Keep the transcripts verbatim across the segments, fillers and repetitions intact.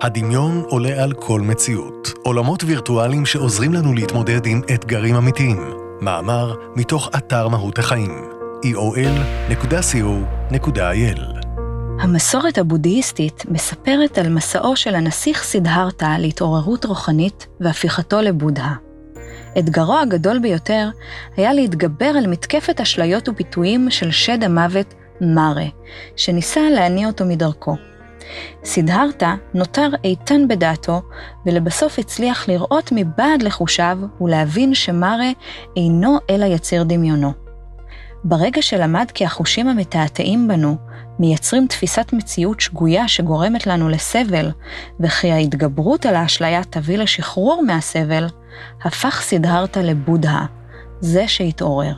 הדמיון עולה על כל מציאות. עולמות וירטואליים שעוזרים לנו להתמודד עם אתגרים אמיתיים. מאמר מתוך אתר מהות החיים. אי או אל נקודה סי או נקודה איי אל. המסורת הבודהיסטית מספרת על מסעו של הנסיך סידהרתה להתעוררות רוחנית והפיכתו לבודהה. אתגרו הגדול ביותר היה להתגבר על מתקפת אשליות ופיתויים של שד המוות מארה, שניסה להניע אותו מדרכו. סידהרתה נותר איתן בדעתו, ולבסוף הצליח לראות מבעד לחושיו ולהבין שמארה אינו אלא יציר דמיונו. ברגע שלמד כי החושים המתעתעים בנו מייצרים תפיסת מציאות שגויה שגורמת לנו לסבל, וכי ההתגברות על האשליה תביא לשחרור מהסבל, הפך סידהרתה לבודהה, זה שהתעורר.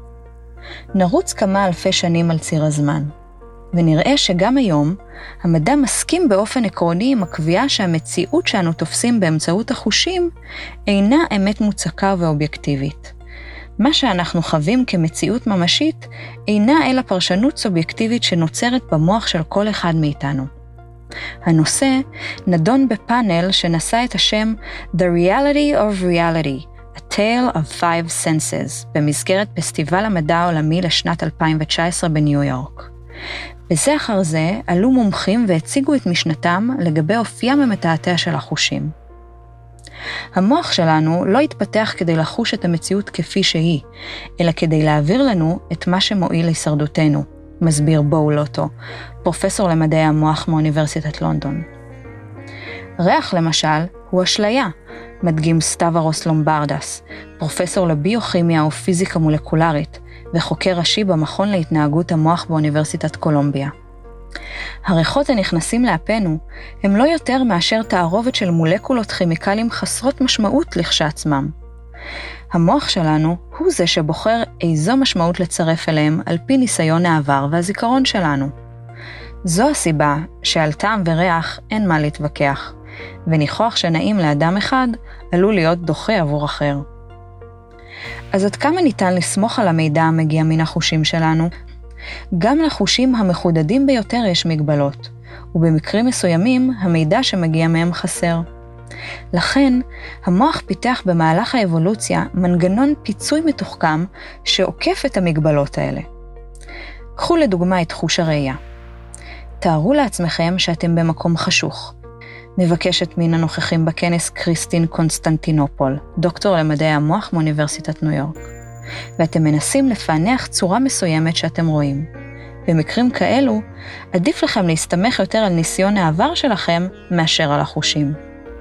נרוץ כמה אלפי שנים על ציר הזמן, ונראה שגם היום המדע מסכים באופן עקרוני עם הקביעה שהמציאות שאנו תופסים באמצעות החושים אינה אמת מוצקה ואובייקטיבית. מה שאנחנו חווים כמציאות ממשית אינה אלא פרשנות סובייקטיבית שנוצרת במוח של כל אחד מאיתנו. הנושא נדון בפאנל שנשא את השם The Reality of Reality, A Tale of Five Senses, במסגרת פסטיבל המדע העולמי לשנת אלפיים תשע עשרה בניו יורק. בזה אחר זה עלו מומחים והציגו את משנתם לגבי אופיים המתעתע של החושים. המוח שלנו לא התפתח כדי לחוש את המציאות כפי שהיא, אלא כדי להעביר לנו את מה שמועיל להישרדותנו, מסביר בו לוטו, פרופסור למדעי המוח מאוניברסיטת לונדון. ריח למשל הוא אשליה, מדגים סטאברוס לומברדס, פרופסור לביוכימיה ופיזיקה מולקולרית, וחוקר ראשי במכון להתנהגות המוח באוניברסיטת קולומביה. הריחות הנכנסים לאפנו הם לא יותר מאשר תערובת של מולקולות כימיקלים חסרות משמעות לכשעצמם. המוח שלנו הוא זה שבוחר איזו משמעות לצרף אליהם על פי ניסיון העבר והזיכרון שלנו. זו הסיבה שעל טעם וריח אין מה להתווכח, וניחוח שנעים לאדם אחד עלול להיות דוחה עבור אחר. אז עד כמה ניתן לסמוך על המידע המגיע מן החושים שלנו? גם לחושים המחודדים ביותר יש מגבלות, ובמקרים מסוימים המידע שמגיע מהם חסר. לכן, המוח פיתח במהלך האבולוציה מנגנון פיצוי מתוחכם שעוקף את המגבלות האלה. קחו לדוגמה את חוש הראייה. תארו לעצמכם שאתם במקום חשוך. מבקשת מן הנוכחים בכנס קריסטין קונסטנטינופול, דוקטור למדעי המוח מאוניברסיטת ניו יורק. ואתם מנסים לפענח צורה מסוימת שאתם רואים. במקרים כאלו, עדיף לכם להסתמך יותר על ניסיון העבר שלכם מאשר על החושים.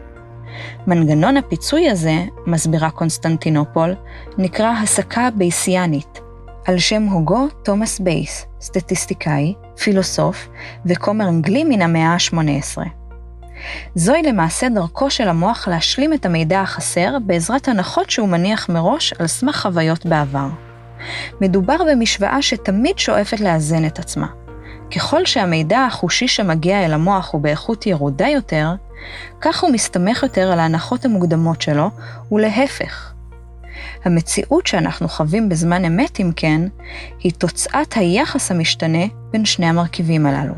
מנגנון הפיצוי הזה, מסבירה קונסטנטינופול, נקרא הסקה בייסיאנית, על שם הוגו תומאס בייס, סטטיסטיקאי, פילוסוף וכומר אנגלי מן המאה ה-שמונה עשרה. זוהי למעשה דרכו של המוח להשלים את המידע החסר בעזרת הנחות שהוא מניח מראש על סמך חוויות בעבר. מדובר במשוואה שתמיד שואפת לאזן את עצמה. ככל שהמידע החושי שמגיע אל המוח הוא באיכות ירודה יותר, כך הוא מסתמך יותר על ההנחות המוקדמות שלו, ולהפך. המציאות שאנחנו חווים בזמן אמת, אם כן, היא תוצאת היחס המשתנה בין שני המרכיבים הללו.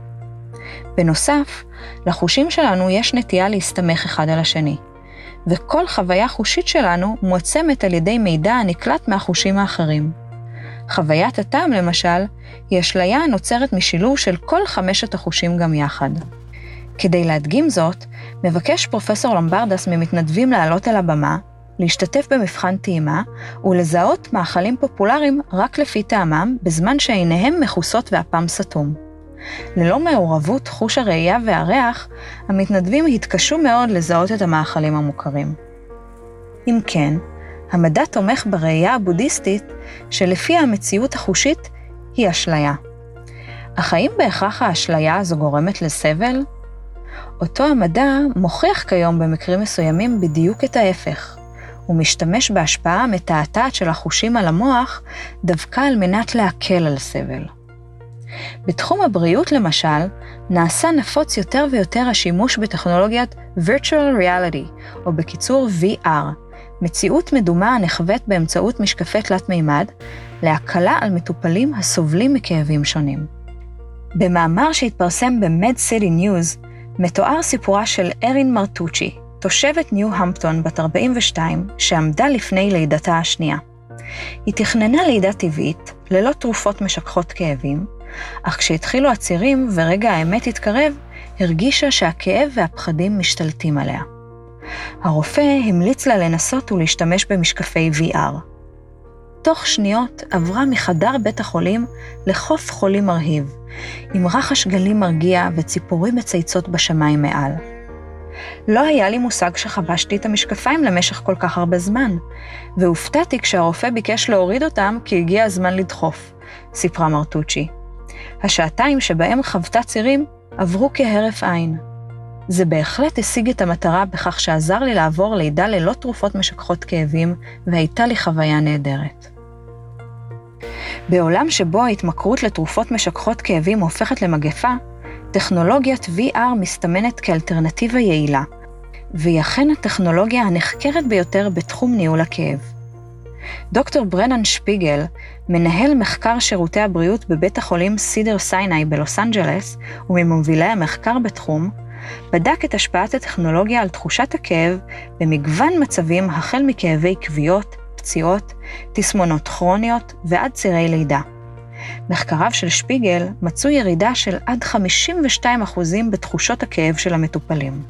בנוסף, לחושים שלנו יש נטייה להסתמך אחד על השני, וכל חוויה חושית שלנו מועצמת על ידי מידע הנקלט מהחושים האחרים. חוויית הטעם, למשל, היא אשליה הנוצרת משילוב של כל חמשת החושים גם יחד. כדי להדגים זאת, מבקש פרופסור לומברדס ממתנדבים לעלות על הבמה, להשתתף במבחן טעימה, ולזהות מאכלים פופולריים רק לפי טעמם, בזמן שעיניהם מכוסות והפם סתום. ללא מעורבות חוש הראייה והריח, המתנדבים התקשו מאוד לזהות את המאכלים המוכרים. אם כן, המדע תומך בראייה הבודהיסטית שלפי המציאות החושית היא אשליה. אך האם בהכרח האשליה הזו גורמת לסבל? אותו המדע מוכיח כיום במקרים מסוימים בדיוק את ההפך. הוא משתמש בהשפעה המתעתעת של החושים על המוח דווקא על מנת להקל על סבל. בתחום הבריאות למשל, נעשה נפוץ יותר ויותר השימוש בטכנולוגיית Virtual Reality, או בקיצור וי אר, מציאות מדומה הנחווית באמצעות משקפי תלת מימד, להקלה על מטופלים הסובלים מכאבים שונים. במאמר שהתפרסם ב-MedCity News, מתואר סיפורה של ארין מרטוצ'י, תושבת ניו-המפטון בת ארבעים ושתיים, שעמדה לפני לידתה השנייה. היא תכננה לידה טבעית, ללא תרופות משככות כאבים, אך כשהתחילו הצירים ורגע האמת התקרב, הרגישה שהכאב והפחדים משתלטים עליה. הרופא המליץ לה לנסות ולהשתמש במשקפי וי אר. תוך שניות עברה מחדר בית החולים לחוף חולים מרהיב, עם רחש גלים מרגיע וציפורים מצייצות בשמיים מעל. לא היה לי מושג שחבשתי את המשקפיים למשך כל כך הרבה זמן, והופתעתי כשהרופא ביקש להוריד אותם כי הגיע הזמן לדחוף, סיפרה מרטוצ'י. השעתיים שבהם חוותה צירים עברו כהרף עין. זה בהחלט השיג את המטרה בכך שעזר לי לעבור לידה ללא תרופות משככות כאבים, והייתה לי חוויה נהדרת. בעולם שבו ההתמכרות לתרופות משככות כאבים הופכת למגפה, טכנולוגיית וי אר מסתמנת כאלטרנטיבה יעילה, והיא אכן הטכנולוגיה הנחקרת ביותר בתחום ניהול הכאב. דוקטור ברנן שפיגל, מנהל מחקר שירותי הבריאות בבית החולים סידר סיני בלוס אנג'לס, וממובילי המחקר בתחום, בדק את השפעת הטכנולוגיה על תחושת הכאב במגוון מצבים החל מכאבי כוויות, פציעות, תסמונות כרוניות ועד צירי לידה. מחקריו של שפיגל מצאו ירידה של עד חמישים ושתיים אחוז בתחושות הכאב של המטופלים.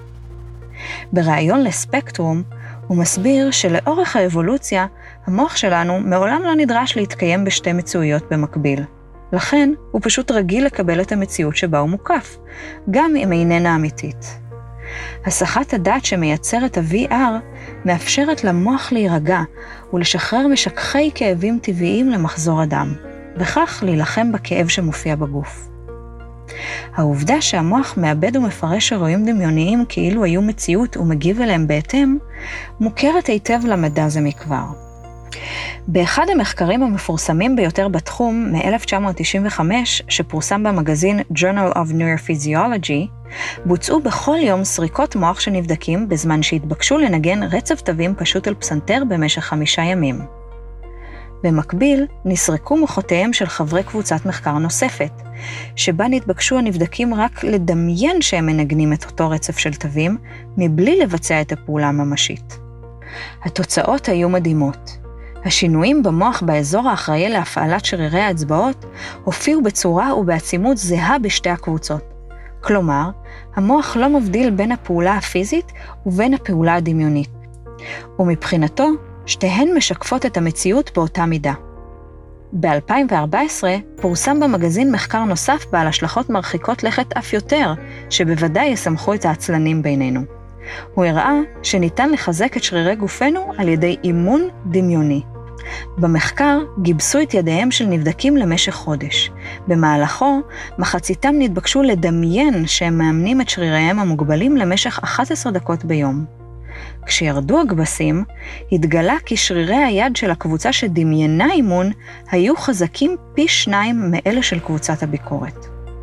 בראיון לספקטרום, הוא מסביר שלאורך האבולוציה, המוח שלנו מעולם לא נדרש להתקיים בשתי מציאויות במקביל. לכן, הוא פשוט רגיל לקבל את המציאות שבה הוא מוקף, גם אם איננה אמיתית. הסחת הדעת שמייצרת ה-וי אר מאפשרת למוח להירגע ולשחרר משככי כאבים טבעיים למחזור הדם, וכך להילחם בכאב שמופיע בגוף. העובדה שהמוח מאבד ומפרש אירועים דמיוניים כאילו היו מציאות ומגיב אליהם בהתאם, מוכרת היטב למדע זה מכבר. באחד המחקרים המפורסמים ביותר בתחום מ-אלף תשע מאות תשעים וחמש, שפורסם במגזין Journal of Neurophysiology, בוצעו בכל יום סריקות מוח שנבדקים בזמן שהתבקשו לנגן רצף תווים פשוט על פסנתר במשך חמישה ימים. במקביל, נסרקו מוחותיהם של חברי קבוצת מחקר נוספת, שבה נתבקשו הנבדקים רק לדמיין שהם מנגנים את אותו רצף של תווים, מבלי לבצע את הפעולה הממשית. התוצאות היו מדהימות. השינויים במוח באזור האחראי להפעלת שרירי האצבעות הופיעו בצורה ובעצימות זהה בשתי הקבוצות. כלומר, המוח לא מבדיל בין הפעולה הפיזית ובין הפעולה הדמיונית. ומבחינתו, שתיהן משקפות את המציאות באותה מידה. ב-אלפיים וארבע עשרה פורסם במגזין מחקר נוסף בעל השלכות מרחיקות לכת אף יותר, שבוודאי יסמכו את העצלנים בינינו. הוא הראה שניתן לחזק את שרירי גופנו על ידי אימון דמיוני. במחקר גיבסו את ידיהם של נבדקים למשך חודש. במהלכו, מחציתם נתבקשו לדמיין שהם מאמנים את שריריהם המוגבלים למשך אחת עשרה דקות ביום. כשירדו הגבסים, התגלה כי שרירי היד של הקבוצה שדמיינה אימון היו חזקים פי שניים מאלה של קבוצת הביקורת.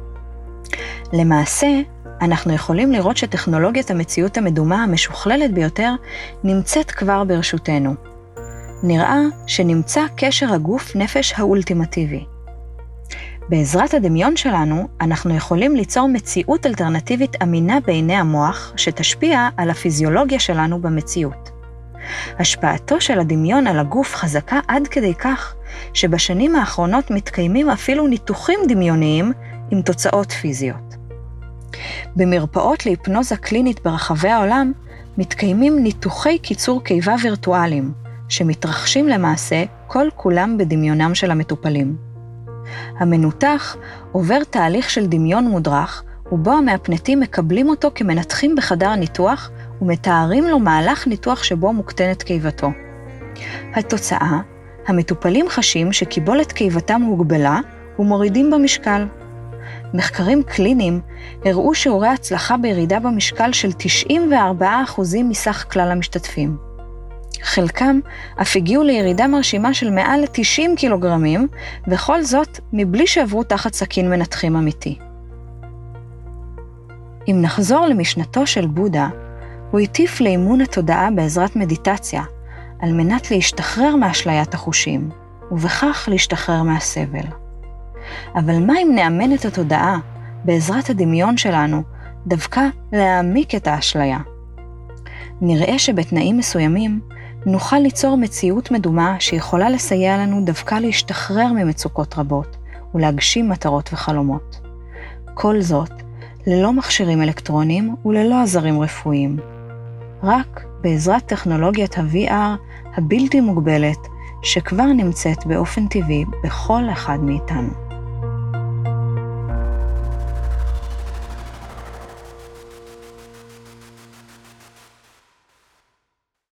למעשה, אנחנו יכולים לראות שטכנולוגיית המציאות המדומה המשוכללת ביותר נמצאת כבר ברשותנו. נראה שנמצא קשר הגוף-נפש האולטימטיבי. בעזרת הדמיון שלנו, אנחנו יכולים ליצור מציאות אלטרנטיבית אמינה בעיני המוח, שתשפיע על הפיזיולוגיה שלנו במציאות. השפעתו של הדמיון על הגוף חזקה עד כדי כך, שבשנים האחרונות מתקיימים אפילו ניתוחים דמיוניים עם תוצאות פיזיות. במרפאות להיפנוזה קלינית ברחבי העולם, מתקיימים ניתוחי קיצור קיבה וירטואליים, שמתרחשים למעשה כל כולם בדמיונם של המטופלים. המנותח עובר תהליך של דמיון מודרך, ובו המאפנטים מקבלים אותו כמנתחים בחדר הניתוח, ומתארים לו מהלך ניתוח שבו מוקטנת קיבתו. התוצאה, המטופלים חשים שקיבולת קיבתם הוגבלה, ומורידים במשקל. מחקרים קליניים הראו שיעורי הצלחה בירידה במשקל של תשעים וארבעה אחוז מסך כלל המשתתפים. חלקם אף הגיעו לירידה מרשימה של מעל ל-תשעים קילוגרמים, וכל זאת מבלי שעברו תחת סכין מנתחים אמיתי. אם נחזור למשנתו של בודה, הוא הטיף לאימון התודעה בעזרת מדיטציה, על מנת להשתחרר מאשליית החושים, ובכך להשתחרר מהסבל. אבל מה אם נאמן את התודעה, בעזרת הדמיון שלנו, דווקא להעמיק את האשליה. נראה שבתנאים מסוימים נוכל ליצור מציאות מדומה שיכולה לסייע לנו דווקא להשתחרר ממצוקות רבות ולהגשים מטרות וחלומות. כל זאת ללא מכשירים אלקטרוניים וללא עזרים רפואיים. רק בעזרת טכנולוגיית ה-וי אר הבלתי מוגבלת שכבר נמצאת באופן טבעי בכל אחד מאיתנו.